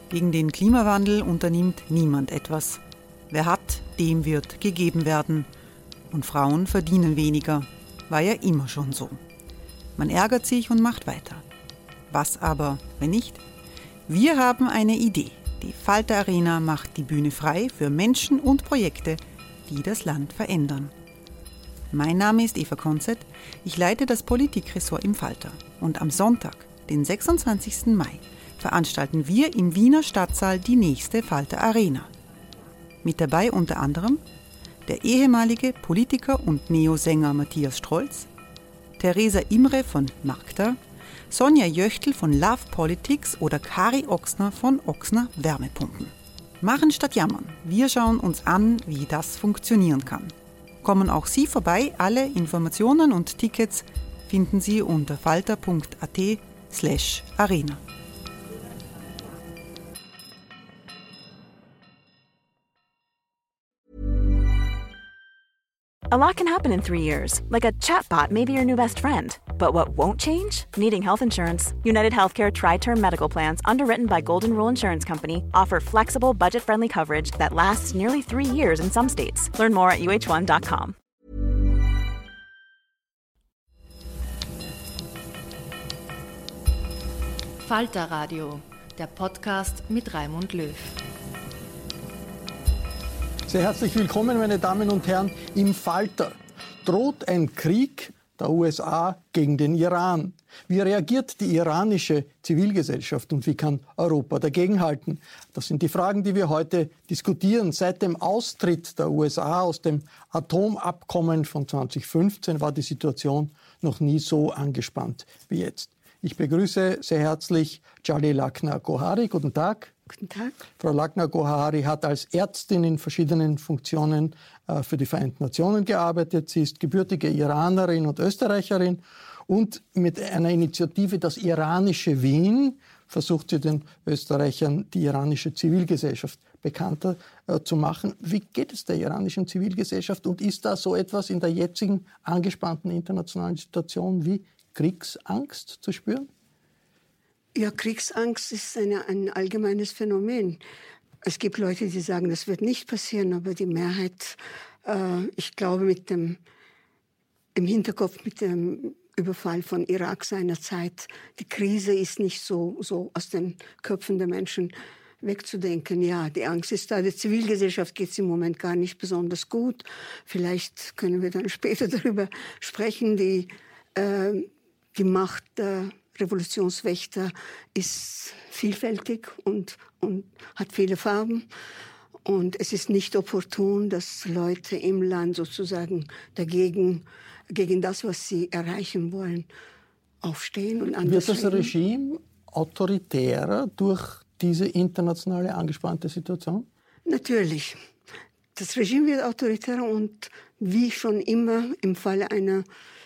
Gegen den Klimawandel unternimmt niemand etwas. Wer hat, dem wird gegeben werden. Und Frauen verdienen weniger. War ja immer schon so. Man ärgert sich und macht weiter. Was aber, wenn nicht? Wir haben eine Idee. Die Falter Arena macht die Bühne frei für Menschen und Projekte, die das Land verändern. Mein Name ist Eva Konzett. Ich leite das Politikressort im Falter. Und am Sonntag, den 26. Mai, veranstalten wir im Wiener Stadtsaal die nächste Falter Arena. Mit dabei unter anderem der ehemalige Politiker und Neosänger Matthias Strolz, Theresa Imre von Magda, Sonja Jöchtl von Love Politics oder Kari Ochsner von Ochsner Wärmepumpen. Machen statt jammern. Wir schauen uns an, wie das funktionieren kann. Kommen auch Sie vorbei. Alle Informationen und Tickets finden Sie unter falter.at/arena. A lot can happen in 3 years, like a chatbot may be your new best friend. But what won't change? Needing health insurance. United Healthcare Tri-Term Medical Plans, underwritten by Golden Rule Insurance Company, offer flexible, budget-friendly coverage that lasts nearly 3 years in some states. Learn more at uh1.com. Falter Radio, der Podcast mit Raimund Löw. Sehr herzlich willkommen, meine Damen und Herren, im Falter. Droht ein Krieg der USA gegen den Iran? Wie reagiert die iranische Zivilgesellschaft und wie kann Europa dagegenhalten? Das sind die Fragen, die wir heute diskutieren. Seit dem Austritt der USA aus dem Atomabkommen von 2015 war die Situation noch nie so angespannt wie jetzt. Ich begrüße sehr herzlich Charlie Lakner-Gohari. Guten Tag. Guten Tag. Frau Lakner-Gohari hat als Ärztin in verschiedenen Funktionen für die Vereinten Nationen gearbeitet. Sie ist gebürtige Iranerin und Österreicherin und mit einer Initiative Das iranische Wien versucht sie den Österreichern die iranische Zivilgesellschaft bekannter zu machen. Wie geht es der iranischen Zivilgesellschaft und ist da so etwas in der jetzigen angespannten internationalen Situation wie Kriegsangst zu spüren? Ja, Kriegsangst ist ein allgemeines Phänomen. Es gibt Leute, die sagen, das wird nicht passieren, aber die Mehrheit, ich glaube, im Hinterkopf mit dem Überfall von Irak seinerzeit, die Krise ist nicht so aus den Köpfen der Menschen wegzudenken. Ja, die Angst ist da. Der Zivilgesellschaft geht es im Moment gar nicht besonders gut. Vielleicht können wir dann später darüber sprechen. Die Macht der Revolutionswächter ist vielfältig und hat viele Farben. Und es ist nicht opportun, dass Leute im Land sozusagen gegen das, was sie erreichen wollen, aufstehen und anders Wird das reden. Regime autoritärer durch diese internationale angespannte Situation? Natürlich. Das Regime wird autoritärer und wie schon immer im Falle einer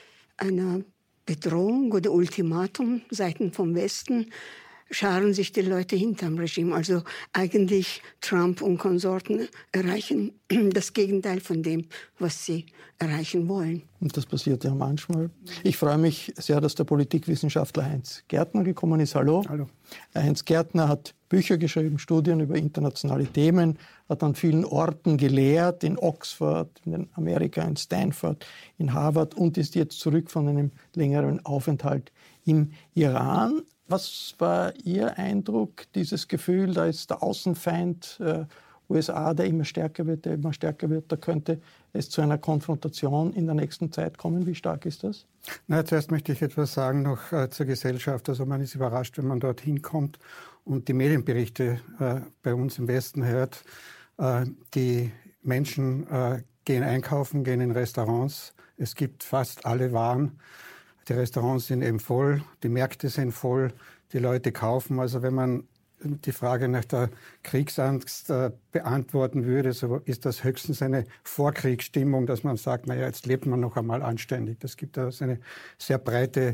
Bedrohung oder Ultimatum seitens vom Westen scharen sich die Leute hinterm Regime. Also eigentlich Trump und Konsorten erreichen das Gegenteil von dem, was sie erreichen wollen. Und das passiert ja manchmal. Ich freue mich sehr, dass der Politikwissenschaftler Heinz Gärtner gekommen ist. Hallo. Hallo. Heinz Gärtner hat Bücher geschrieben, Studien über internationale Themen, hat an vielen Orten gelehrt, in Oxford, in Amerika, in Stanford, in Harvard und ist jetzt zurück von einem längeren Aufenthalt im Iran. Was war Ihr Eindruck, dieses Gefühl, da ist der Außenfeind USA, der immer stärker wird, da könnte es zu einer Konfrontation in der nächsten Zeit kommen? Wie stark ist das? Na, zuerst möchte ich etwas sagen noch zur Gesellschaft. Also man ist überrascht, wenn man dorthin kommt und die Medienberichte bei uns im Westen hört. Die Menschen gehen einkaufen, gehen in Restaurants. Es gibt fast alle Waren. Die Restaurants sind eben voll, die Märkte sind voll, die Leute kaufen. Also wenn man die Frage nach der Kriegsangst beantworten würde, so ist das höchstens eine Vorkriegsstimmung, dass man sagt, naja, jetzt lebt man noch einmal anständig. Das gibt also eine sehr breite,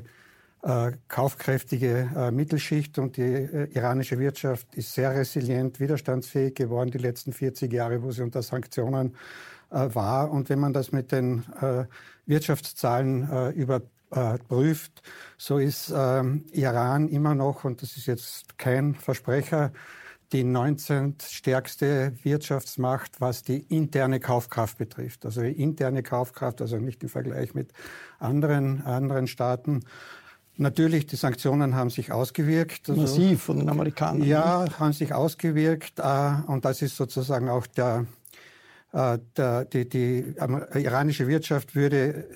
kaufkräftige Mittelschicht und die iranische Wirtschaft ist sehr resilient, widerstandsfähig geworden die letzten 40 Jahre, wo sie unter Sanktionen war. Und wenn man das mit den Wirtschaftszahlen überprüft, so ist Iran immer noch, und das ist jetzt kein Versprecher, die 19. stärkste Wirtschaftsmacht, was die interne Kaufkraft betrifft. Also die interne Kaufkraft, also nicht im Vergleich mit anderen Staaten. Natürlich, die Sanktionen haben sich ausgewirkt. Also, massiv von den Amerikanern. Ja, haben sich ausgewirkt. Und das ist sozusagen auch die iranische Wirtschaft würde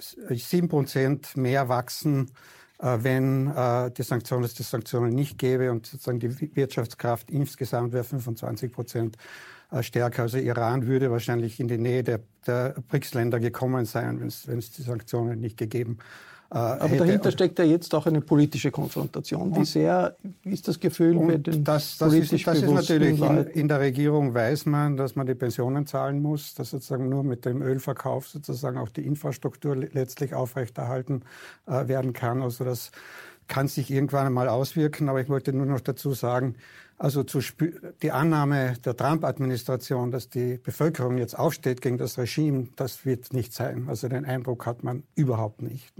7% mehr wachsen, wenn es die Sanktionen nicht gäbe, und sozusagen die Wirtschaftskraft insgesamt wäre 25% stärker. Also Iran würde wahrscheinlich in die Nähe der BRICS-Länder gekommen sein, wenn es die Sanktionen nicht gegeben hätte. Aber dahinter steckt ja jetzt auch eine politische Konfrontation. Wie sehr ist das Gefühl bei den politisch bewussten ist natürlich Leuten? In der Regierung weiß man, dass man die Pensionen zahlen muss, dass sozusagen nur mit dem Ölverkauf sozusagen auch die Infrastruktur letztlich aufrechterhalten werden kann. Also das kann sich irgendwann einmal auswirken. Aber ich wollte nur noch dazu sagen, also die Annahme der Trump-Administration, dass die Bevölkerung jetzt aufsteht gegen das Regime, das wird nicht sein. Also den Eindruck hat man überhaupt nicht.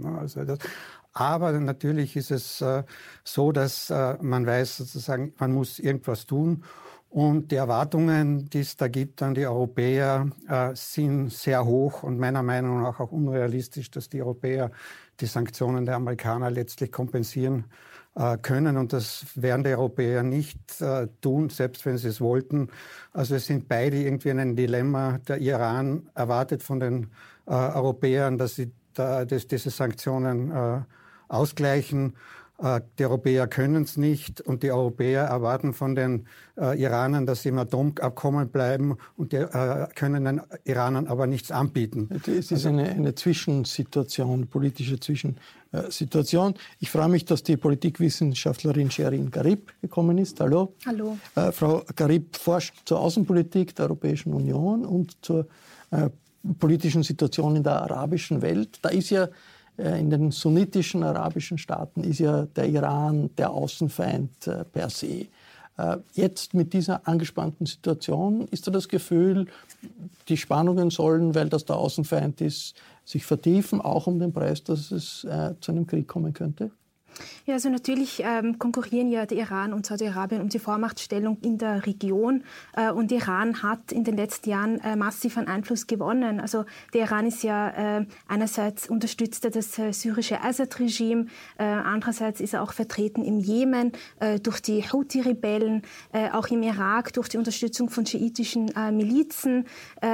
Aber natürlich ist es so, dass man weiß, sozusagen, man muss irgendwas tun. Und die Erwartungen, die es da gibt an die Europäer, sind sehr hoch und meiner Meinung nach auch unrealistisch, dass die Europäer die Sanktionen der Amerikaner letztlich kompensieren können. Und das werden die Europäer nicht tun, selbst wenn sie es wollten. Also es sind beide irgendwie in einem Dilemma. Der Iran erwartet von den Europäern, dass sie diese Sanktionen ausgleichen. Die Europäer können es nicht und die Europäer erwarten von den Iranern, dass sie im Atomabkommen bleiben und die können den Iranern aber nichts anbieten. Es ist eine Zwischensituation, politische Zwischensituation. Ich freue mich, dass die Politikwissenschaftlerin Sherin Garib gekommen ist. Hallo. Hallo. Frau Garib forscht zur Außenpolitik der Europäischen Union und zur politischen Situation in der arabischen Welt. Da ist ja in den sunnitischen arabischen Staaten ist ja der Iran der Außenfeind per se. Jetzt mit dieser angespannten Situation, ist da das Gefühl, die Spannungen sollen, weil das der Außenfeind ist, sich vertiefen, auch um den Preis, dass es zu einem Krieg kommen könnte? Ja, also natürlich konkurrieren ja der Iran und Saudi-Arabien um die Vormachtstellung in der Region. Und Iran hat in den letzten Jahren massiv an Einfluss gewonnen. Also der Iran ist ja einerseits unterstützt er das syrische Assad-Regime, andererseits ist er auch vertreten im Jemen durch die Houthi-Rebellen, auch im Irak durch die Unterstützung von schiitischen Milizen.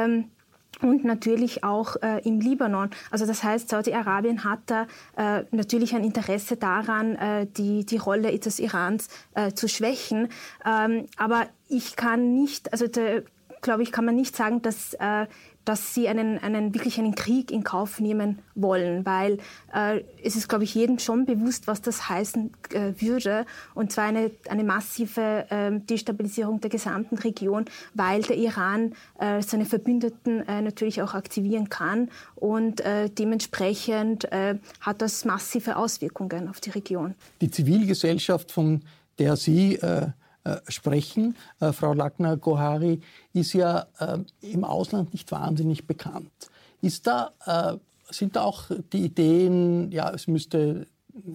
Und natürlich auch im Libanon. Also das heißt, Saudi-Arabien hat da natürlich ein Interesse daran, die Rolle des Irans zu schwächen. Aber ich kann nicht, also glaube ich, kann man nicht sagen, dass sie wirklich einen Krieg in Kauf nehmen wollen, weil es ist, glaube ich, jedem schon bewusst, was das heißen würde, und zwar eine massive Destabilisierung der gesamten Region, weil der Iran seine Verbündeten natürlich auch aktivieren kann und dementsprechend hat das massive Auswirkungen auf die Region. Die Zivilgesellschaft, von der Sie sprechen, Frau Lakhna-Gohari, ist ja im Ausland nicht wahnsinnig bekannt. Sind da auch die Ideen, ja, es müsste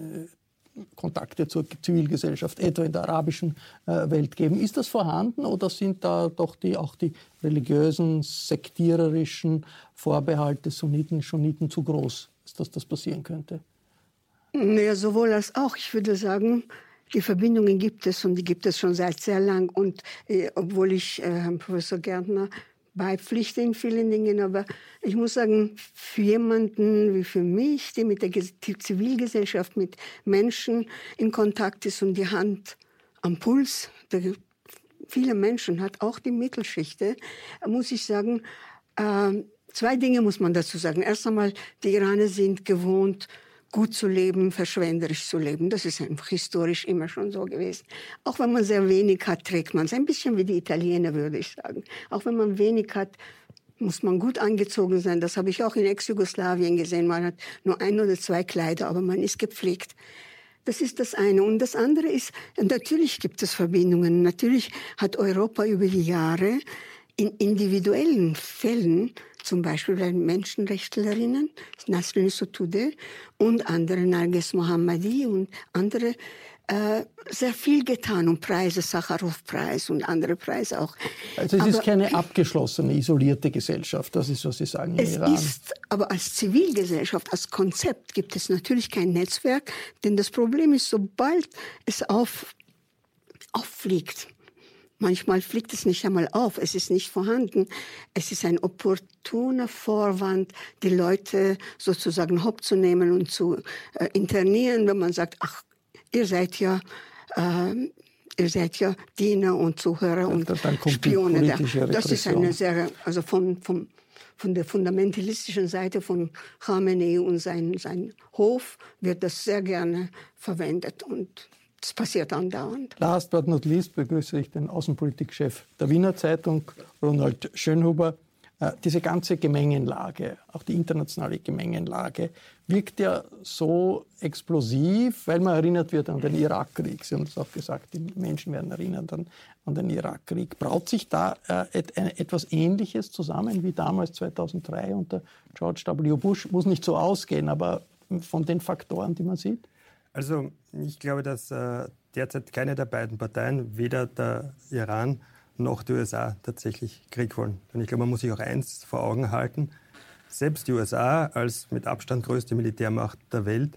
Kontakte zur Zivilgesellschaft, etwa in der arabischen Welt geben? Ist das vorhanden oder sind da doch auch die religiösen, sektiererischen Vorbehalte Sunniten, Schunniten zu groß, dass das passieren könnte? Naja, sowohl als auch. Ich würde sagen, die Verbindungen gibt es und die gibt es schon seit sehr lang. Und obwohl ich Herrn Professor Gärtner beipflichte in vielen Dingen, aber ich muss sagen, für jemanden wie für mich, der mit der Zivilgesellschaft, mit Menschen in Kontakt ist und die Hand am Puls der vielen Menschen hat, auch die Mittelschicht, muss ich sagen, zwei Dinge muss man dazu sagen. Erst einmal, die Iraner sind gewohnt, gut zu leben, verschwenderisch zu leben. Das ist einfach historisch immer schon so gewesen. Auch wenn man sehr wenig hat, trägt man es. Ein bisschen wie die Italiener, würde ich sagen. Auch wenn man wenig hat, muss man gut angezogen sein. Das habe ich auch in Ex-Jugoslawien gesehen. Man hat nur 1 oder 2 Kleider, aber man ist gepflegt. Das ist das eine. Und das andere ist, natürlich gibt es Verbindungen. Natürlich hat Europa über die Jahre in individuellen Fällen, zum Beispiel bei Menschenrechtlerinnen, Nasrin Sotoudeh und andere, Narges Mohammadi und andere, sehr viel getan und Preise, Sacharow-Preis und andere Preise auch. Also es ist keine abgeschlossene, isolierte Gesellschaft, das ist, was Sie sagen im Iran. Es ist, aber als Zivilgesellschaft, als Konzept gibt es natürlich kein Netzwerk, denn das Problem ist, sobald es auffliegt, manchmal fliegt es nicht einmal auf, es ist nicht vorhanden. Es ist ein opportuner Vorwand, die Leute sozusagen hopp zu nehmen und zu internieren, wenn man sagt, ach, ihr seid ja Diener und Zuhörer und Spione. Das ist eine sehr, also von der fundamentalistischen Seite von Khamenei und sein Hof wird das sehr gerne verwendet und das passiert andauernd. Last but not least begrüße ich den Außenpolitikchef der Wiener Zeitung, Ronald Schönhuber. Diese ganze Gemengenlage, auch die internationale Gemengenlage, wirkt ja so explosiv, weil man erinnert wird an den Irakkrieg. Sie haben es auch gesagt, die Menschen werden erinnert an den Irakkrieg. Braut sich da etwas Ähnliches zusammen wie damals 2003 unter George W. Bush? Muss nicht so ausgehen, aber von den Faktoren, die man sieht? Also ich glaube, dass derzeit keine der beiden Parteien, weder der Iran noch die USA, tatsächlich Krieg wollen. Denn ich glaube, man muss sich auch eins vor Augen halten. Selbst die USA als mit Abstand größte Militärmacht der Welt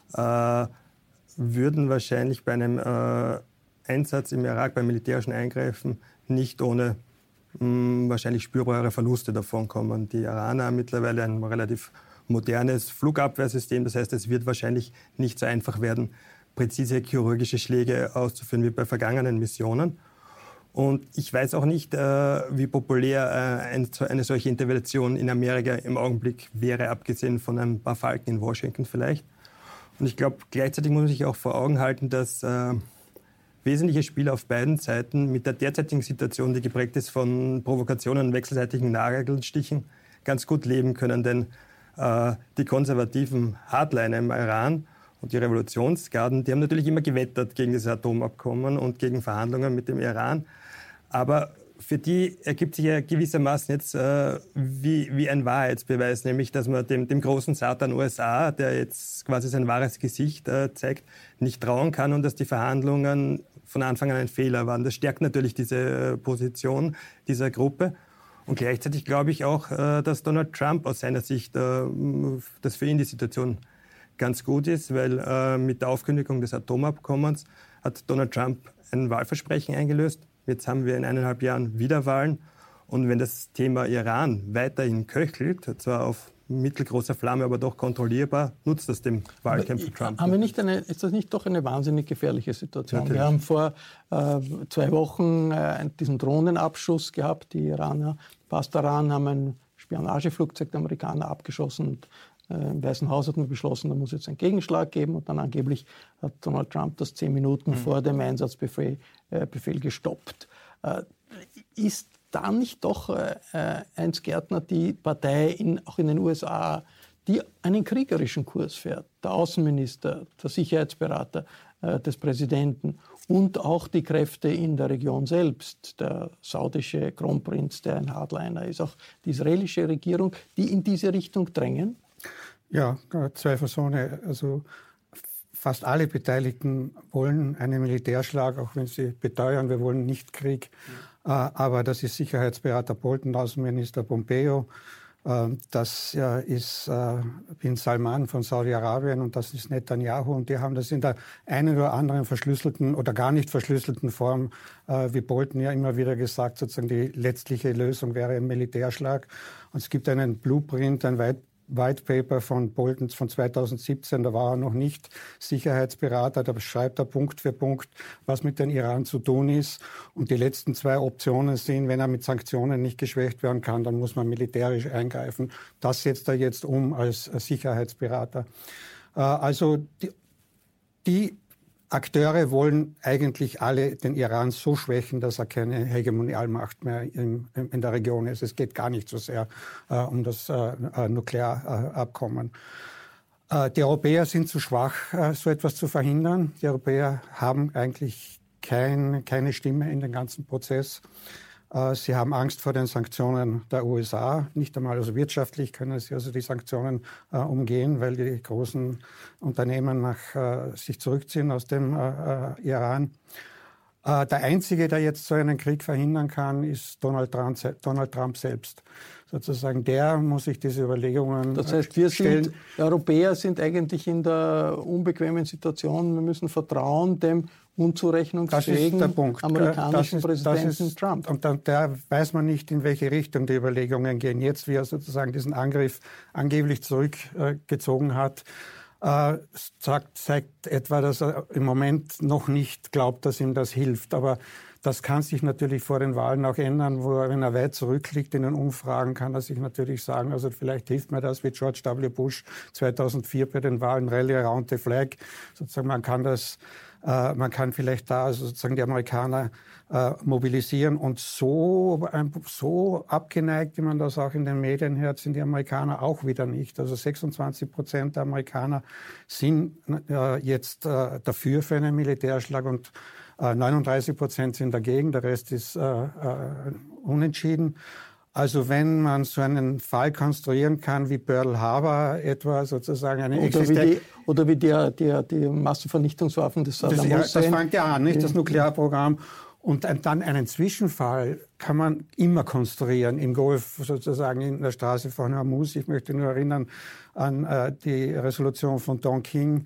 würden wahrscheinlich bei einem Einsatz im Irak, beim militärischen Eingreifen, nicht ohne wahrscheinlich spürbare Verluste davonkommen. Die Iraner haben mittlerweile ein relativ modernes Flugabwehrsystem. Das heißt, es wird wahrscheinlich nicht so einfach werden, präzise chirurgische Schläge auszuführen wie bei vergangenen Missionen. Und ich weiß auch nicht, wie populär eine solche Intervention in Amerika im Augenblick wäre, abgesehen von ein paar Falken in Washington vielleicht. Und ich glaube, gleichzeitig muss man sich auch vor Augen halten, dass wesentliche Spieler auf beiden Seiten mit der derzeitigen Situation, die geprägt ist von Provokationen und wechselseitigen Nagelstichen, ganz gut leben können. Denn die konservativen Hardliner im Iran und die Revolutionsgarden, die haben natürlich immer gewettert gegen das Atomabkommen und gegen Verhandlungen mit dem Iran. Aber für die ergibt sich ja gewissermaßen jetzt wie ein Wahrheitsbeweis, nämlich dass man dem großen Satan USA, der jetzt quasi sein wahres Gesicht zeigt, nicht trauen kann und dass die Verhandlungen von Anfang an ein Fehler waren. Das stärkt natürlich diese Position dieser Gruppe. Und gleichzeitig glaube ich auch, dass Donald Trump aus seiner Sicht, dass für ihn die Situation ganz gut ist, weil mit der Aufkündigung des Atomabkommens hat Donald Trump ein Wahlversprechen eingelöst. Jetzt haben wir in 1,5 Jahren Wiederwahlen. Und wenn das Thema Iran weiterhin köchelt, zwar auf mittelgroßer Flamme, aber doch kontrollierbar, nutzt das dem Wahlkämpfer Trump. Haben wir nicht ist das nicht doch eine wahnsinnig gefährliche Situation? Natürlich. Wir haben vor 2 Wochen diesen Drohnenabschuss gehabt. Die Iraner, Bastaran, haben ein Spionageflugzeug der Amerikaner abgeschossen. Und im Weißen Haus hat man beschlossen, da muss jetzt ein Gegenschlag geben. Und dann angeblich hat Donald Trump das 10 Minuten vor dem Einsatzbefehl gestoppt. Ist da nicht doch Heinz Gärtner die Partei auch in den USA, die einen kriegerischen Kurs fährt? Der Außenminister, der Sicherheitsberater des Präsidenten und auch die Kräfte in der Region selbst, der saudische Kronprinz, der ein Hardliner ist, auch die israelische Regierung, die in diese Richtung drängen? Ja, zweifelsohne. Also fast alle Beteiligten wollen einen Militärschlag, auch wenn sie beteuern, wir wollen nicht Krieg. Aber das ist Sicherheitsberater Bolton, Außenminister Pompeo, das ist Bin Salman von Saudi-Arabien und das ist Netanyahu. Und die haben das in der einen oder anderen verschlüsselten oder gar nicht verschlüsselten Form, wie Bolton ja immer wieder gesagt, sozusagen die letztliche Lösung wäre ein Militärschlag. Und es gibt einen Blueprint, ein White Paper von Bolton von 2017, da war er noch nicht Sicherheitsberater, da beschreibt er Punkt für Punkt, was mit dem Iran zu tun ist. Und die letzten 2 Optionen sind, wenn er mit Sanktionen nicht geschwächt werden kann, dann muss man militärisch eingreifen. Das setzt er jetzt um als Sicherheitsberater. Also die Akteure wollen eigentlich alle den Iran so schwächen, dass er keine Hegemonialmacht mehr in der Region ist. Es geht gar nicht so sehr um das Nuklearabkommen. Die Europäer sind zu schwach, so etwas zu verhindern. Die Europäer haben eigentlich keine Stimme in dem ganzen Prozess. Sie haben Angst vor den Sanktionen der USA. Nicht einmal also wirtschaftlich können sie also die Sanktionen umgehen, weil die großen Unternehmen sich zurückziehen aus dem Iran. Der Einzige, der jetzt so einen Krieg verhindern kann, ist Donald Trump selbst. Sozusagen, der muss sich diese Überlegungen Das heißt, wir Europäer sind eigentlich in der unbequemen Situation. Wir müssen vertrauen dem unzurechnungsfähigen amerikanischen Präsidenten Trump. Und da weiß man nicht, in welche Richtung die Überlegungen gehen. Jetzt, wie er sozusagen diesen Angriff angeblich zurückgezogen hat, zeigt etwa, dass er im Moment noch nicht glaubt, dass ihm das hilft. Aber das kann sich natürlich vor den Wahlen auch ändern, wenn er weit zurückliegt in den Umfragen, kann er sich natürlich sagen, also vielleicht hilft mir das wie George W. Bush 2004 bei den Wahlen, Rally around the flag. Sozusagen man kann vielleicht da also sozusagen die Amerikaner mobilisieren und so abgeneigt, wie man das auch in den Medien hört, sind die Amerikaner auch wieder nicht. Also 26% der Amerikaner sind jetzt dafür für einen Militärschlag und 39% sind dagegen, der Rest ist unentschieden. Also wenn man so einen Fall konstruieren kann wie Pearl Harbor, etwa sozusagen eine Oder wie die Massenvernichtungswaffen des Saddam Hussein. Das fängt ja an, nicht? Das Nuklearprogramm. Und dann einen Zwischenfall kann man immer konstruieren, im Golf sozusagen in der Straße von Hormuz. Ich möchte nur erinnern an die Resolution von Don King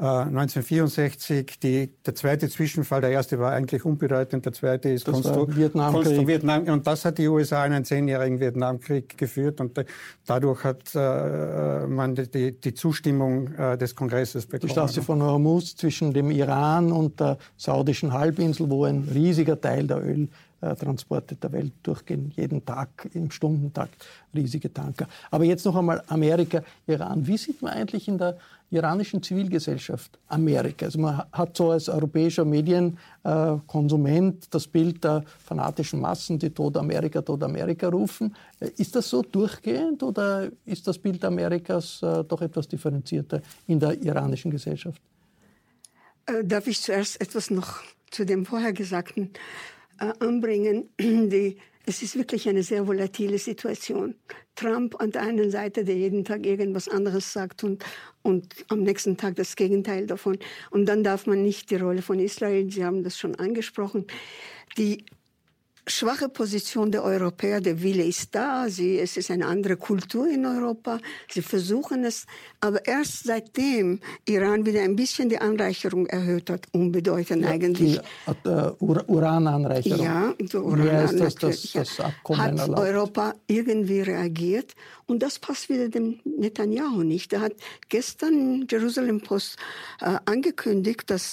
1964. Der zweite Zwischenfall, der erste war eigentlich unbedeutend, der zweite ist Vietnam. Und das hat die USA in einen 10-jährigen Vietnamkrieg geführt und dadurch hat man die Zustimmung des Kongresses bekommen. Die Straße von Hormuz zwischen dem Iran und der saudischen Halbinsel, wo ein riesiger Teil der Öltransporte der Welt durchgehen, jeden Tag im Stundentakt, riesige Tanker. Aber jetzt noch einmal Amerika, Iran. Wie sieht man eigentlich in der iranischen Zivilgesellschaft Amerika? Also man hat so als europäischer Medienkonsument das Bild der fanatischen Massen, die Tod Amerika rufen. Ist das so durchgehend oder ist das Bild Amerikas doch etwas differenzierter in der iranischen Gesellschaft? Darf ich zuerst etwas noch zu dem Vorhergesagten anbringen? Es ist wirklich eine sehr volatile Situation. Trump an der einen Seite, der jeden Tag irgendwas anderes sagt und am nächsten Tag das Gegenteil davon. Und dann darf man nicht die Rolle von Israel, Sie haben das schon angesprochen, die schwache Position der Europäer, der Wille ist da, es ist eine andere Kultur in Europa, sie versuchen es, aber erst seitdem Iran wieder ein bisschen die Anreicherung erhöht hat, unbedeutend eigentlich. Die Urananreicherung. Ja, die Urananreicherung. Das Abkommen hat erlaubt. Europa irgendwie reagiert und das passt wieder dem Netanyahu nicht. Er hat gestern in Jerusalem Post angekündigt, dass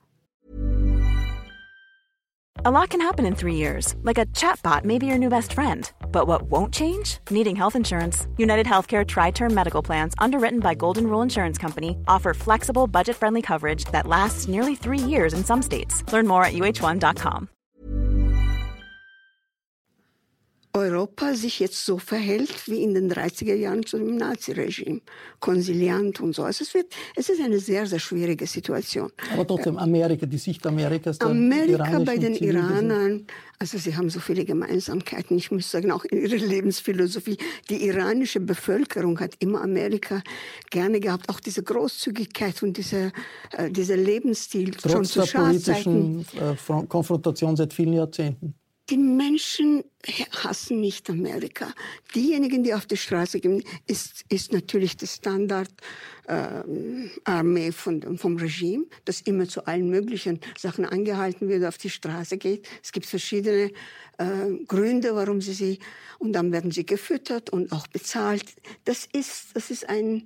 A lot can happen in 3 years, like a chatbot may be your new best friend. But what won't change? Needing health insurance. United Healthcare Tri-Term Medical Plans, underwritten by Golden Rule Insurance Company, offer flexible, budget-friendly coverage that lasts nearly 3 years in some states. Learn more at uh1.com. Europa sich jetzt so verhält wie in den 30er Jahren zu dem Naziregime, konsiliant und so. Also es ist eine sehr, sehr schwierige Situation. Aber trotzdem Amerika, die Sicht Amerikas. Amerika bei den Iranern, also sie haben so viele Gemeinsamkeiten. Ich muss sagen, auch in ihrer Lebensphilosophie. Die iranische Bevölkerung hat immer Amerika gerne gehabt. Auch diese Großzügigkeit und dieser Lebensstil. Trotz schon zu der politischen Konfrontation seit vielen Jahrzehnten. Die Menschen hassen nicht Amerika. Diejenigen, die auf die Straße gehen, ist natürlich die Standardarmee vom Regime, das immer zu allen möglichen Sachen angehalten wird, auf die Straße geht. Es gibt verschiedene Gründe, warum sie und dann werden sie gefüttert und auch bezahlt. Das ist ein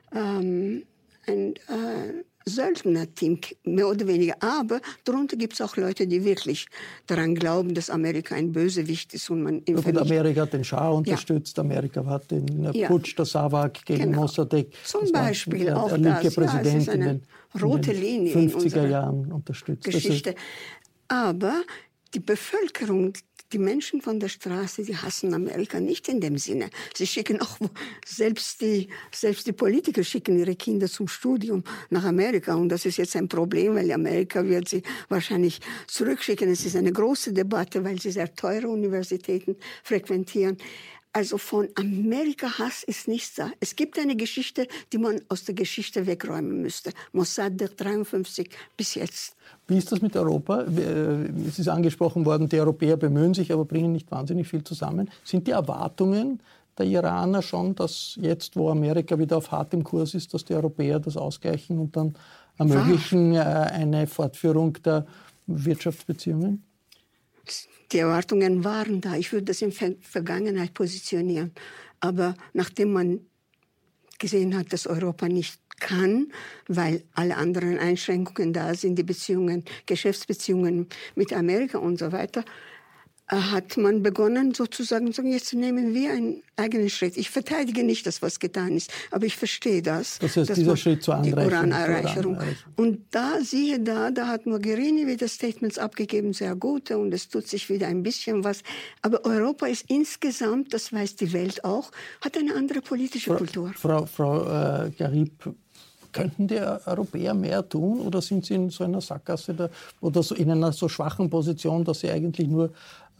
Söldnerteam, mehr oder weniger. Aber darunter gibt es auch Leute, die wirklich daran glauben, dass Amerika ein Bösewicht ist. Und man Amerika hat den Schah unterstützt, ja. Amerika hat den Putsch der Savak gegen Mossadegh. Zum Beispiel auch der linke Präsident das ist eine rote Linie in den 50er Jahren unterstützt. Geschichte. Aber die Bevölkerung Die Menschen von der Straße, die hassen Amerika nicht in dem Sinne. Sie schicken auch, selbst die Politiker schicken ihre Kinder zum Studium nach Amerika. Und das ist jetzt ein Problem, weil Amerika wird sie wahrscheinlich zurückschicken. Es ist eine große Debatte, weil sie sehr teure Universitäten frequentieren. Also von Amerika-Hass ist nichts da. Es gibt eine Geschichte, die man aus der Geschichte wegräumen müsste. Mossadegh 53 bis jetzt. Wie ist das mit Europa? Es ist angesprochen worden, die Europäer bemühen sich, aber bringen nicht wahnsinnig viel zusammen. Sind die Erwartungen der Iraner schon, dass jetzt, wo Amerika wieder auf hartem Kurs ist, dass die Europäer das ausgleichen und dann ermöglichen eine Fortführung der Wirtschaftsbeziehungen? Die Erwartungen waren da. Ich würde das in Vergangenheit positionieren. Aber nachdem man gesehen hat, dass Europa nicht kann, weil alle anderen Einschränkungen da sind, die Beziehungen, Geschäftsbeziehungen mit Amerika und so weiter, hat man begonnen sozusagen, jetzt nehmen wir einen eigenen Schritt. Ich verteidige nicht das, was getan ist, aber ich verstehe das. Das heißt, dieser Schritt zur Uranerreicherung. Und da hat Mogherini wieder Statements abgegeben, sehr gute, und es tut sich wieder ein bisschen was. Aber Europa ist insgesamt, das weiß die Welt auch, hat eine andere politische Kultur. Frau Garib, könnten die Europäer mehr tun oder sind sie in so einer Sackgasse oder so in einer so schwachen Position, dass sie eigentlich nur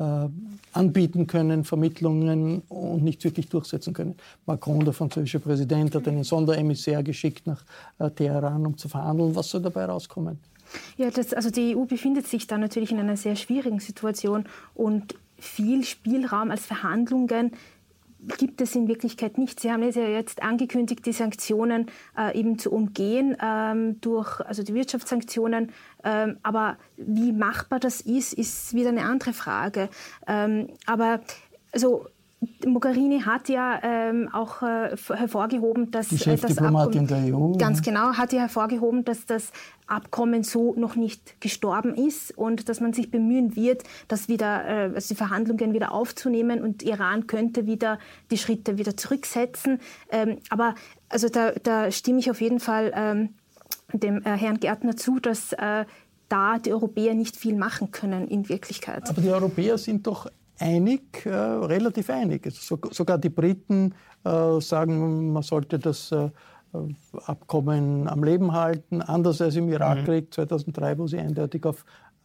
anbieten können, Vermittlungen und nicht wirklich durchsetzen können? Macron, der französische Präsident, hat einen Sonderemissär geschickt nach Teheran, um zu verhandeln. Was soll dabei rauskommen? Ja, also die EU befindet sich da natürlich in einer sehr schwierigen Situation und viel Spielraum als Verhandlungen gibt es in Wirklichkeit nicht. Sie haben es ja jetzt angekündigt, die Sanktionen eben zu umgehen durch die Wirtschaftssanktionen. Aber wie machbar das ist wieder eine andere Frage. Aber Mogherini hat ja auch hervorgehoben, dass die Chefdiplomatin der EU, ganz genau, hat ja hervorgehoben, dass das Abkommen so noch nicht gestorben ist und dass man sich bemühen wird, das wieder, die Verhandlungen wieder aufzunehmen, und Iran könnte wieder die Schritte wieder zurücksetzen. Aber da stimme ich auf jeden Fall dem Herrn Gärtner zu, dass da die Europäer nicht viel machen können in Wirklichkeit. Aber die Europäer sind doch relativ einig. Sogar die Briten sagen, man sollte das Abkommen am Leben halten, anders als im Irakkrieg 2003, wo sie eindeutig auf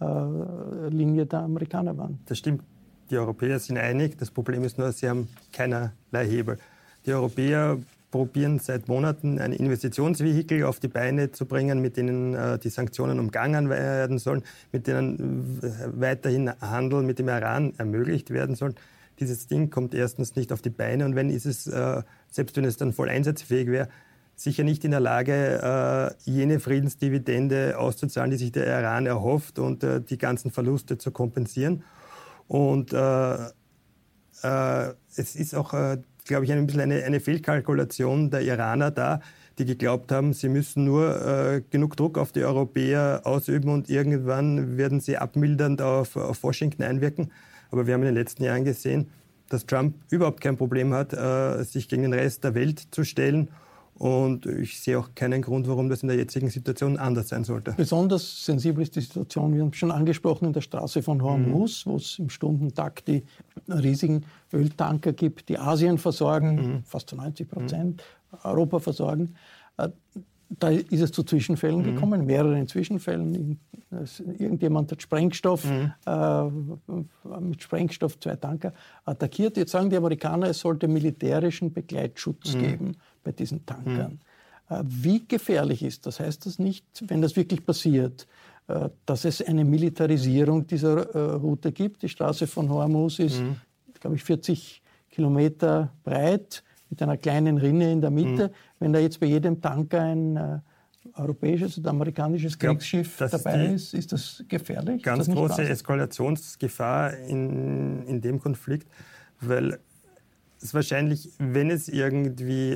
Linie der Amerikaner waren. Das stimmt, die Europäer sind einig. Das Problem ist nur, sie haben keinerlei Hebel. Die Europäer probieren seit Monaten ein Investitionsvehikel auf die Beine zu bringen, mit denen die Sanktionen umgangen werden sollen, mit denen weiterhin Handel mit dem Iran ermöglicht werden soll. Dieses Ding kommt erstens nicht auf die Beine, und wenn ist es, selbst wenn es dann voll einsatzfähig wäre, sicher nicht in der Lage, jene Friedensdividende auszuzahlen, die sich der Iran erhofft, und die ganzen Verluste zu kompensieren. Und es ist auch, glaube ich, ein bisschen eine Fehlkalkulation der Iraner da, die geglaubt haben, sie müssen nur genug Druck auf die Europäer ausüben und irgendwann werden sie abmildernd auf Washington einwirken. Aber wir haben in den letzten Jahren gesehen, dass Trump überhaupt kein Problem hat, sich gegen den Rest der Welt zu stellen. Und ich sehe auch keinen Grund, warum das in der jetzigen Situation anders sein sollte. Besonders sensibel ist die Situation, wir haben es schon angesprochen, in der Straße von Hormuz, wo es im Stundentakt die riesigen Öltanker gibt, die Asien versorgen, fast zu 90%, Europa versorgen. Da ist es zu Zwischenfällen gekommen, mehreren Zwischenfällen. Irgendjemand hat Sprengstoff, mit Sprengstoff 2 Tanker attackiert. Jetzt sagen die Amerikaner, es sollte militärischen Begleitschutz geben bei diesen Tankern. Wie gefährlich ist das? Heißt das nicht, wenn das wirklich passiert, dass es eine Militarisierung dieser Route gibt? Die Straße von Hormuz ist, glaube ich, 40 Kilometer breit, mit einer kleinen Rinne in der Mitte. Wenn da jetzt bei jedem Tanker ein europäisches oder amerikanisches Kriegsschiff dabei ist das gefährlich? Ganz große Eskalationsgefahr in dem Konflikt, weil es wahrscheinlich, wenn es irgendwie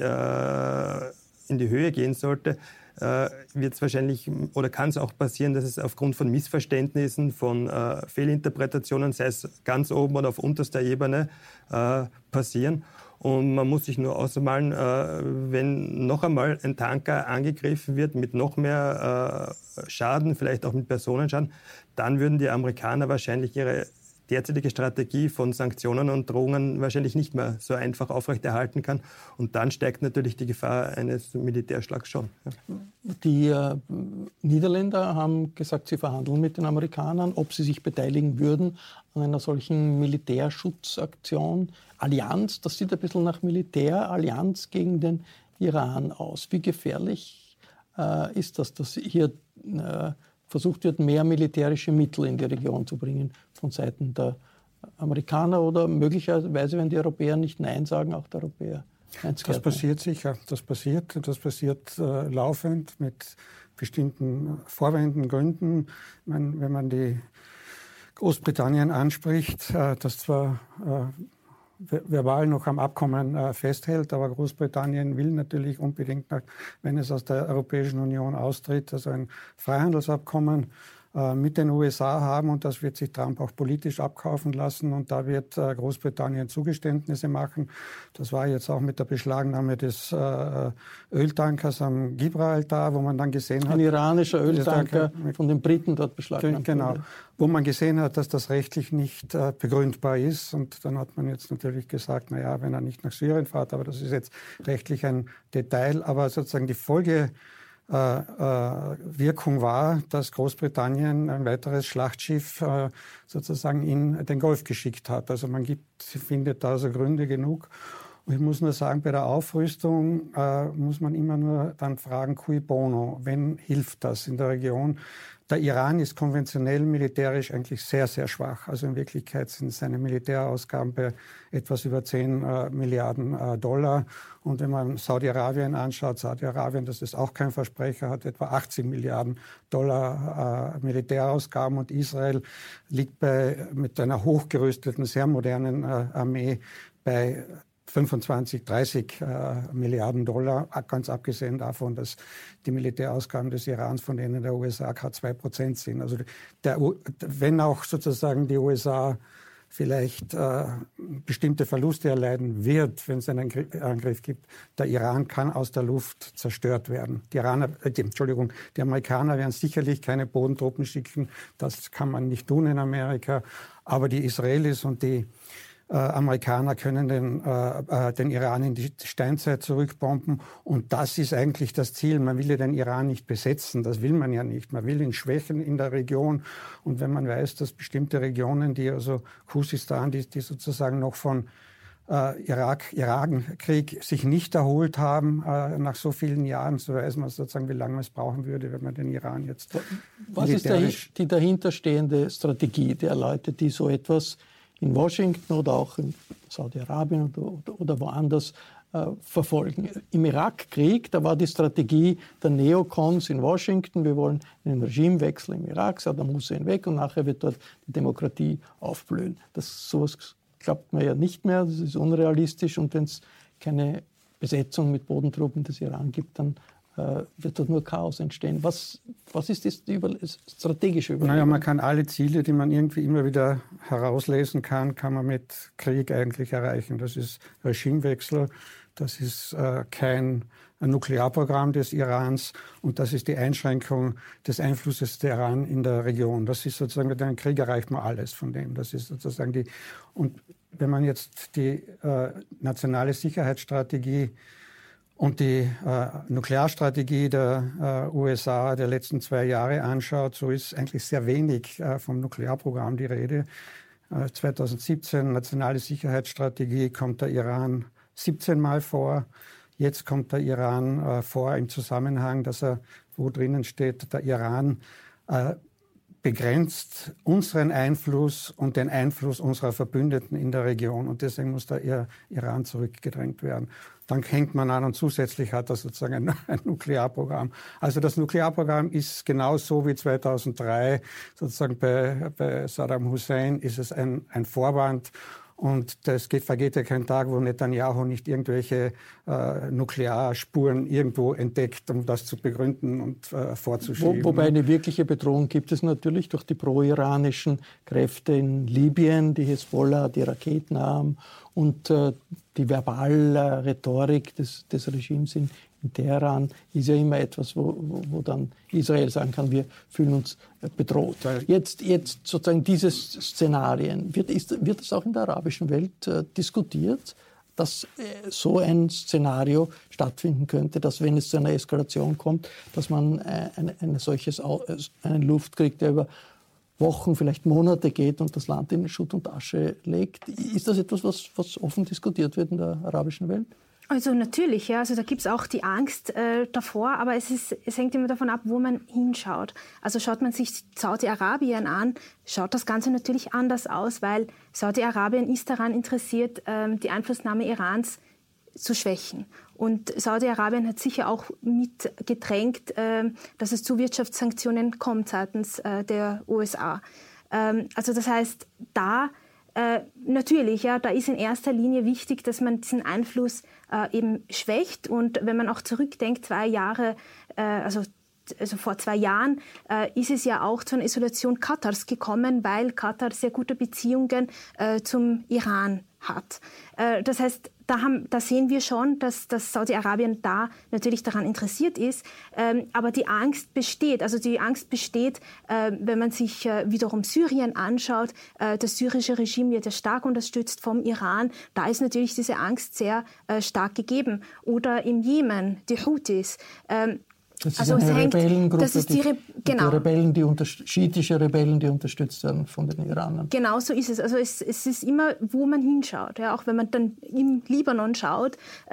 in die Höhe gehen sollte, wird es wahrscheinlich oder kann es auch passieren, dass es aufgrund von Missverständnissen, von Fehlinterpretationen, sei es ganz oben oder auf unterster Ebene, passieren. Und man muss sich nur ausmalen, wenn noch einmal ein Tanker angegriffen wird mit noch mehr Schaden, vielleicht auch mit Personenschaden, dann würden die Amerikaner wahrscheinlich ihre derzeitige Strategie von Sanktionen und Drohungen wahrscheinlich nicht mehr so einfach aufrechterhalten kann. Und dann steigt natürlich die Gefahr eines Militärschlags schon. Ja. Die Niederländer haben gesagt, sie verhandeln mit den Amerikanern, ob sie sich beteiligen würden an einer solchen Militärschutzaktion. Allianz, das sieht ein bisschen nach Militärallianz gegen den Iran aus. Wie gefährlich ist das, dass hier versucht wird, mehr militärische Mittel in die Region zu bringen von Seiten der Amerikaner oder möglicherweise, wenn die Europäer nicht Nein sagen, auch der Europäer? Das passiert sicher. Das passiert laufend mit bestimmten Vorwänden, Gründen. Wenn man die Großbritannien anspricht, das zwar verbal noch am Abkommen festhält, aber Großbritannien will natürlich unbedingt, wenn es aus der Europäischen Union austritt, also ein Freihandelsabkommen mit den USA haben, und das wird sich Trump auch politisch abkaufen lassen, und da wird Großbritannien Zugeständnisse machen. Das war jetzt auch mit der Beschlagnahme des Öltankers am Gibraltar, wo man dann gesehen hat... Ein iranischer Öltanker von den Briten dort beschlagnahmt. Genau, wo man gesehen hat, dass das rechtlich nicht begründbar ist, und dann hat man jetzt natürlich gesagt, naja, wenn er nicht nach Syrien fährt, aber das ist jetzt rechtlich ein Detail, aber sozusagen die Folge Wirkung war, dass Großbritannien ein weiteres Schlachtschiff sozusagen in den Golf geschickt hat. Also findet da also Gründe genug. Und ich muss nur sagen, bei der Aufrüstung muss man immer nur dann fragen, cui bono, wen hilft das in der Region? Der Iran ist konventionell militärisch eigentlich sehr, sehr schwach. Also in Wirklichkeit sind seine Militärausgaben bei etwas über 10 Milliarden Dollar. Und wenn man Saudi-Arabien anschaut, Saudi-Arabien, das ist auch kein Versprecher, hat etwa 80 Milliarden Dollar Militärausgaben. Und Israel liegt mit einer hochgerüsteten, sehr modernen Armee bei 25, 30 Milliarden Dollar, ganz abgesehen davon, dass die Militärausgaben des Irans von denen der USA gerade 2% sind. Also wenn auch sozusagen die USA vielleicht bestimmte Verluste erleiden wird, wenn es einen Angriff gibt, der Iran kann aus der Luft zerstört werden. Die Amerikaner werden sicherlich keine Bodentruppen schicken, das kann man nicht tun in Amerika, aber die Israelis und die Amerikaner können den Iran in die Steinzeit zurückbomben. Und das ist eigentlich das Ziel. Man will ja den Iran nicht besetzen. Das will man ja nicht. Man will ihn schwächen in der Region. Und wenn man weiß, dass bestimmte Regionen, also Khuzestan, die sozusagen noch von Irakkrieg sich nicht erholt haben nach so vielen Jahren, so weiß man sozusagen, wie lange es brauchen würde, wenn man den Iran jetzt... Was ist die dahinterstehende Strategie der Leute, die so etwas in Washington oder auch in Saudi-Arabien oder woanders verfolgen? Im Irakkrieg, da war die Strategie der Neokons in Washington, wir wollen einen Regimewechsel im Irak, Saddam Hussein weg und nachher wird dort die Demokratie aufblühen. Sowas glaubt man ja nicht mehr, das ist unrealistisch, und wenn es keine Besetzung mit Bodentruppen des Iran gibt, dann wird dort nur Chaos entstehen. Was ist das strategische Überlegung? Naja, man kann alle Ziele, die man irgendwie immer wieder herauslesen kann man mit Krieg eigentlich erreichen. Das ist Regimewechsel, das ist kein Nuklearprogramm des Irans, und das ist die Einschränkung des Einflusses der Iran in der Region. Das ist sozusagen, mit einem Krieg erreicht man alles von dem. Das ist sozusagen und wenn man jetzt die nationale Sicherheitsstrategie und die Nuklearstrategie der USA der letzten 2 Jahre anschaut, so ist eigentlich sehr wenig vom Nuklearprogramm die Rede. 2017, nationale Sicherheitsstrategie, kommt der Iran 17 Mal vor. Jetzt kommt der Iran vor im Zusammenhang, wo drinnen steht, der Iran begrenzt unseren Einfluss und den Einfluss unserer Verbündeten in der Region. Und deswegen muss der Iran zurückgedrängt werden. Dann hängt man an, und zusätzlich hat er sozusagen ein Nuklearprogramm. Also das Nuklearprogramm ist genauso wie 2003, sozusagen bei Saddam Hussein ist es ein Vorwand. Und vergeht ja kein Tag, wo Netanyahu nicht irgendwelche Nuklearspuren irgendwo entdeckt, um das zu begründen und vorzuschieben. Wobei eine wirkliche Bedrohung gibt es natürlich durch die pro-iranischen Kräfte in Libyen, die Hezbollah, die Raketen haben, und die verbale Rhetorik des Regimes in in Teheran ist ja immer etwas, wo dann Israel sagen kann, wir fühlen uns bedroht. Jetzt sozusagen diese Szenarien, wird es auch in der arabischen Welt diskutiert, dass so ein Szenario stattfinden könnte, dass wenn es zu einer Eskalation kommt, dass man einen Luftkrieg, der über Wochen, vielleicht Monate geht und das Land in Schutt und Asche legt. Ist das etwas, was offen diskutiert wird in der arabischen Welt? Also natürlich, ja. Also da gibt es auch die Angst davor, aber es hängt immer davon ab, wo man hinschaut. Also schaut man sich Saudi-Arabien an, schaut das Ganze natürlich anders aus, weil Saudi-Arabien ist daran interessiert, die Einflussnahme Irans zu schwächen. Und Saudi-Arabien hat sicher auch mitgedrängt, dass es zu Wirtschaftssanktionen kommt seitens der USA. Also das heißt, natürlich, ja, da ist in erster Linie wichtig, dass man diesen Einfluss eben schwächt. Und wenn man auch zurückdenkt, 2 Jahre, also vor 2 Jahren, ist es ja auch zu einer Isolation Katars gekommen, weil Katar sehr gute Beziehungen zum Iran hat. Das heißt, da sehen wir schon, dass Saudi-Arabien da natürlich daran interessiert ist. Aber die Angst besteht. Also die Angst besteht, wenn man sich wiederum Syrien anschaut. Das syrische Regime wird ja stark unterstützt vom Iran. Da ist natürlich diese Angst sehr stark gegeben. Oder im Jemen, die Houthis. Das ist eine Rebellengruppe, das ist die Rebellen, schiitische Rebellen, die unterstützt werden von den Iranern. Genau so ist es. Also es ist immer, wo man hinschaut. Ja, auch wenn man dann im Libanon schaut,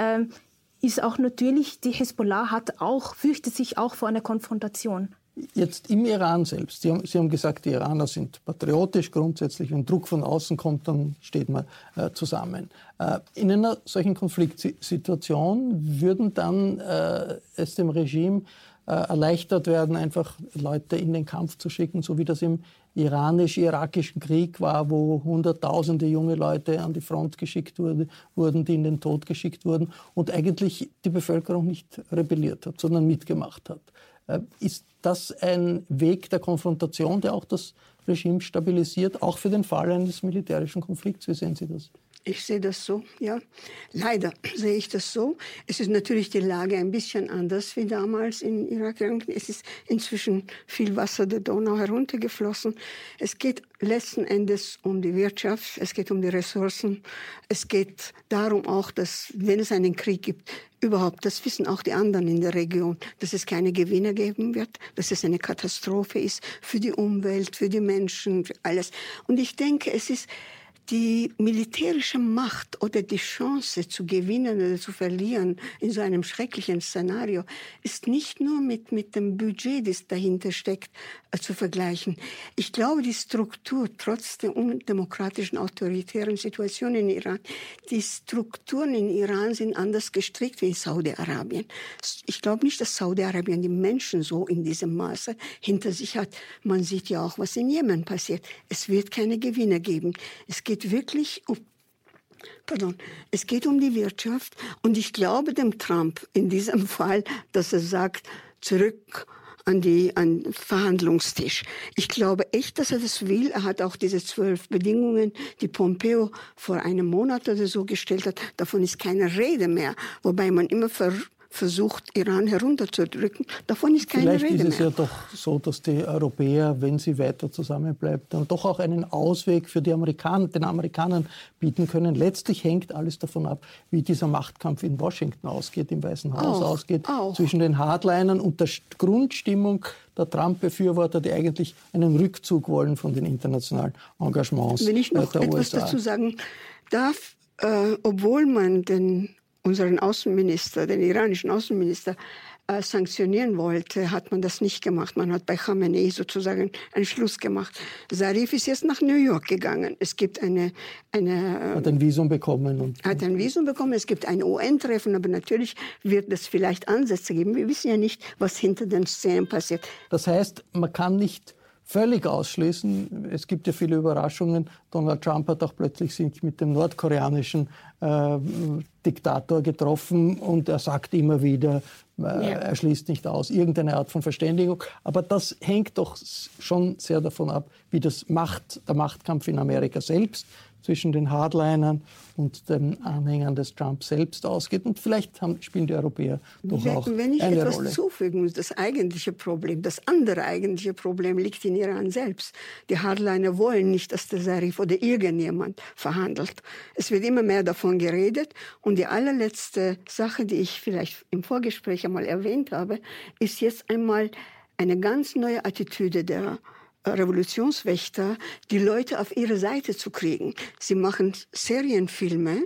ist auch natürlich, die Hisbollah fürchtet sich auch vor einer Konfrontation. Jetzt im Iran selbst. Sie haben gesagt, die Iraner sind patriotisch grundsätzlich. Wenn Druck von außen kommt, dann steht man zusammen. In einer solchen Konfliktsituation würden dann es dem Regime erleichtert werden, einfach Leute in den Kampf zu schicken, so wie das im iranisch-irakischen Krieg war, wo Hunderttausende junge Leute an die Front geschickt wurden, die in den Tod geschickt wurden und eigentlich die Bevölkerung nicht rebelliert hat, sondern mitgemacht hat. Ist das ein Weg der Konfrontation, der auch das Regime stabilisiert, auch für den Fall eines militärischen Konflikts? Wie sehen Sie das? Ich sehe das so, ja. Leider sehe ich das so. Es ist natürlich die Lage ein bisschen anders wie damals in Irak. Es ist inzwischen viel Wasser der Donau heruntergeflossen. Es geht letzten Endes um die Wirtschaft, es geht um die Ressourcen. Es geht darum auch, dass, wenn es einen Krieg gibt, überhaupt, das wissen auch die anderen in der Region, dass es keine Gewinner geben wird, dass es eine Katastrophe ist für die Umwelt, für die Menschen, für alles. Und ich denke, es ist die militärische Macht oder die Chance zu gewinnen oder zu verlieren in so einem schrecklichen Szenario ist nicht nur mit dem Budget, das dahinter steckt, zu vergleichen. Ich glaube, die Struktur, trotz der undemokratischen, autoritären Situation in Iran, die Strukturen in Iran sind anders gestrickt wie in Saudi-Arabien. Ich glaube nicht, dass Saudi-Arabien die Menschen so in diesem Maße hinter sich hat. Man sieht ja auch, was in Jemen passiert. Es wird keine Gewinner geben. Es geht wirklich es geht um die Wirtschaft. Und ich glaube dem Trump in diesem Fall, dass er sagt, zurück an den Verhandlungstisch. Ich glaube echt, dass er das will. Er hat auch diese 12 Bedingungen, die Pompeo vor einem Monat oder so gestellt hat. Davon ist keine Rede mehr. Wobei man immer versucht, Iran herunterzudrücken. Davon ist keine Rede mehr. Vielleicht ist es ja doch so, dass die Europäer, wenn sie weiter zusammenbleiben, dann doch auch einen Ausweg für den Amerikanern bieten können. Letztlich hängt alles davon ab, wie dieser Machtkampf in Washington ausgeht, im Weißen Haus ausgeht, zwischen den Hardlinern und der Grundstimmung der Trump-Befürworter, die eigentlich einen Rückzug wollen von den internationalen Engagements der USA. Wenn ich noch etwas dazu sagen darf, obwohl man unseren Außenminister, den iranischen Außenminister, sanktionieren wollte, hat man das nicht gemacht. Man hat bei Khamenei sozusagen einen Schluss gemacht. Zarif ist jetzt nach New York gegangen. Es gibt hat ein Visum bekommen. Es gibt ein UN-Treffen, aber natürlich wird es vielleicht Ansätze geben. Wir wissen ja nicht, was hinter den Szenen passiert. Das heißt, man kann nicht völlig ausschließen. Es gibt ja viele Überraschungen. Donald Trump hat auch plötzlich sich mit dem nordkoreanischen Diktator getroffen und er sagt immer wieder, er schließt nicht aus, irgendeine Art von Verständigung. Aber das hängt doch schon sehr davon ab, wie der Machtkampf in Amerika selbst zwischen den Hardlinern und den Anhängern des Trump selbst ausgeht. Und vielleicht spielen die Europäer doch auch eine Rolle. Wenn ich etwas zufügen muss, das andere eigentliche Problem liegt in Iran selbst. Die Hardliner wollen nicht, dass der Zarif oder irgendjemand verhandelt. Es wird immer mehr davon geredet. Und die allerletzte Sache, die ich vielleicht im Vorgespräch einmal erwähnt habe, ist jetzt einmal eine ganz neue Attitüde der Revolutionswächter, die Leute auf ihre Seite zu kriegen. Sie machen Serienfilme,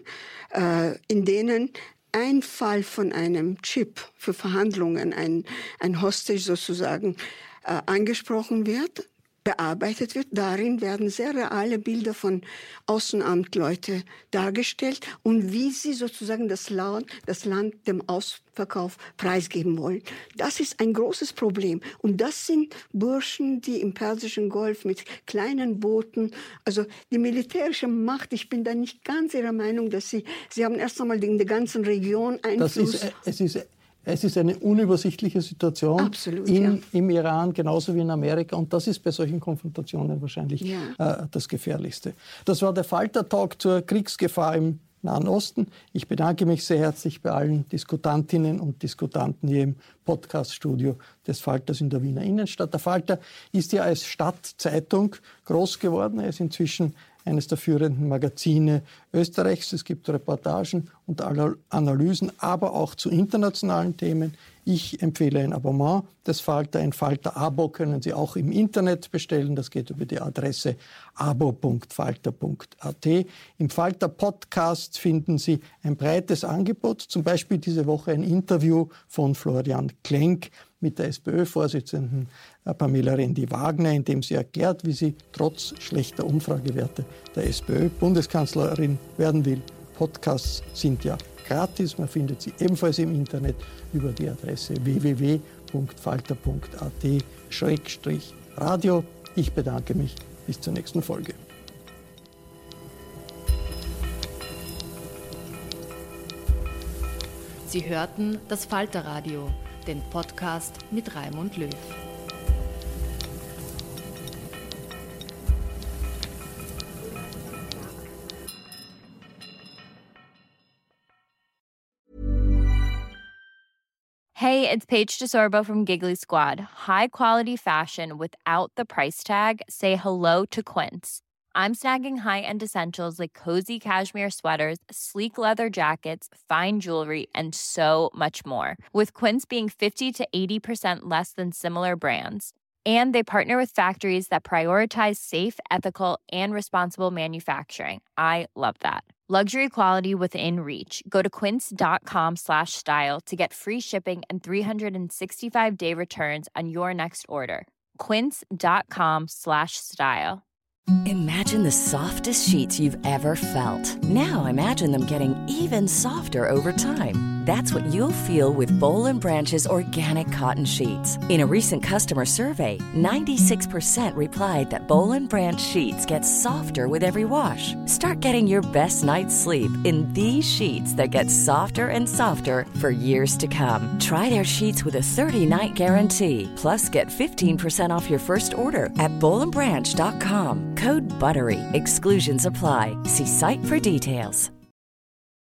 in denen ein Fall von einem Chip für Verhandlungen, ein Hostage sozusagen, angesprochen wird, bearbeitet wird. Darin werden sehr reale Bilder von Außenamtleuten dargestellt und wie sie sozusagen das Land dem Ausverkauf preisgeben wollen. Das ist ein großes Problem. Und das sind Burschen, die im Persischen Golf mit kleinen Booten, also die militärische Macht, ich bin da nicht ganz Ihrer Meinung, dass sie haben erst einmal in der ganzen Region Einfluss. Es ist eine unübersichtliche Situation. Absolut, im Iran, genauso wie in Amerika. Und das ist bei solchen Konfrontationen wahrscheinlich das Gefährlichste. Das war der Falter-Talk zur Kriegsgefahr im Nahen Osten. Ich bedanke mich sehr herzlich bei allen Diskutantinnen und Diskutanten hier im Podcaststudio des Falters in der Wiener Innenstadt. Der Falter ist ja als Stadtzeitung groß geworden. Er ist inzwischen eines der führenden Magazine Österreichs. Es gibt Reportagen und Analysen, aber auch zu internationalen Themen. Ich empfehle ein Abonnement des Falter. Ein Falter-Abo können Sie auch im Internet bestellen. Das geht über die Adresse abo.falter.at. Im Falter-Podcast finden Sie ein breites Angebot. Zum Beispiel diese Woche ein Interview von Florian Klenk mit der SPÖ-Vorsitzenden Pamela Rendi-Wagner, in dem sie erklärt, wie sie trotz schlechter Umfragewerte der SPÖ Bundeskanzlerin werden will. Podcasts sind ja gratis. Man findet sie ebenfalls im Internet über die Adresse www.falter.at/radio. Ich bedanke mich. Bis zur nächsten Folge. Sie hörten das Falterradio, den Podcast mit Raimund Löw. Hey, it's Paige DeSorbo from Giggly Squad. High quality fashion without the price tag. Say hello to Quince. I'm snagging high-end essentials like cozy cashmere sweaters, sleek leather jackets, fine jewelry, and so much more. With Quince being 50 to 80% less than similar brands. And they partner with factories that prioritize safe, ethical, and responsible manufacturing. I love that. Luxury quality within reach. Go to quince.com/style to get free shipping and 365-day returns on your next order. Quince.com/style. Imagine the softest sheets you've ever felt. Now imagine them getting even softer over time. That's what you'll feel with Boll & Branch's organic cotton sheets. In a recent customer survey, 96% replied that Boll & Branch sheets get softer with every wash. Start getting your best night's sleep in these sheets that get softer and softer for years to come. Try their sheets with a 30-night guarantee. Plus, get 15% off your first order at bollandbranch.com. Code BUTTERY. Exclusions apply. See site for details.